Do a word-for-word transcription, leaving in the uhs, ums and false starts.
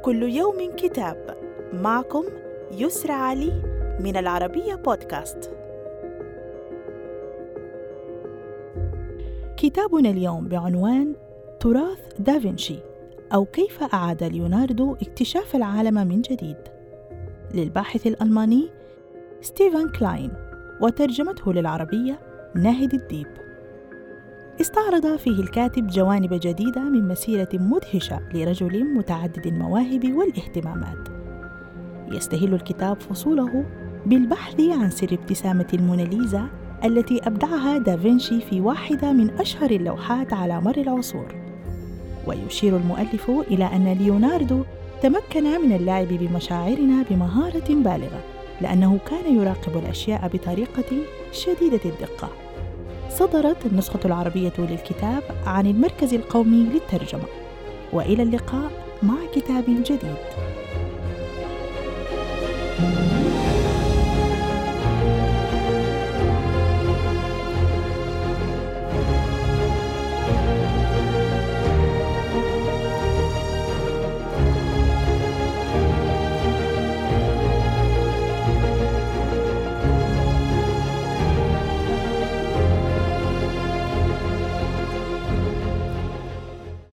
كل يوم كتاب. معكم يسرى علي من العربية بودكاست. كتابنا اليوم بعنوان تراث دافنشي، أو كيف أعاد ليوناردو اكتشاف العالم من جديد، للباحث الألماني ستيفن كلاين، وترجمته للعربية ناهد الديب. استعرض فيه الكاتب جوانب جديدة من مسيرة مدهشة لرجل متعدد المواهب والاهتمامات. يستهل الكتاب فصوله بالبحث عن سر ابتسامة الموناليزا التي أبدعها دافنشي في واحدة من أشهر اللوحات على مر العصور. ويشير المؤلف إلى أن ليوناردو تمكن من اللعب بمشاعرنا بمهارة بالغة، لأنه كان يراقب الأشياء بطريقة شديدة الدقة. صدرت النسخة العربية للكتاب عن المركز القومي للترجمة. وإلى اللقاء مع كتاب جديد.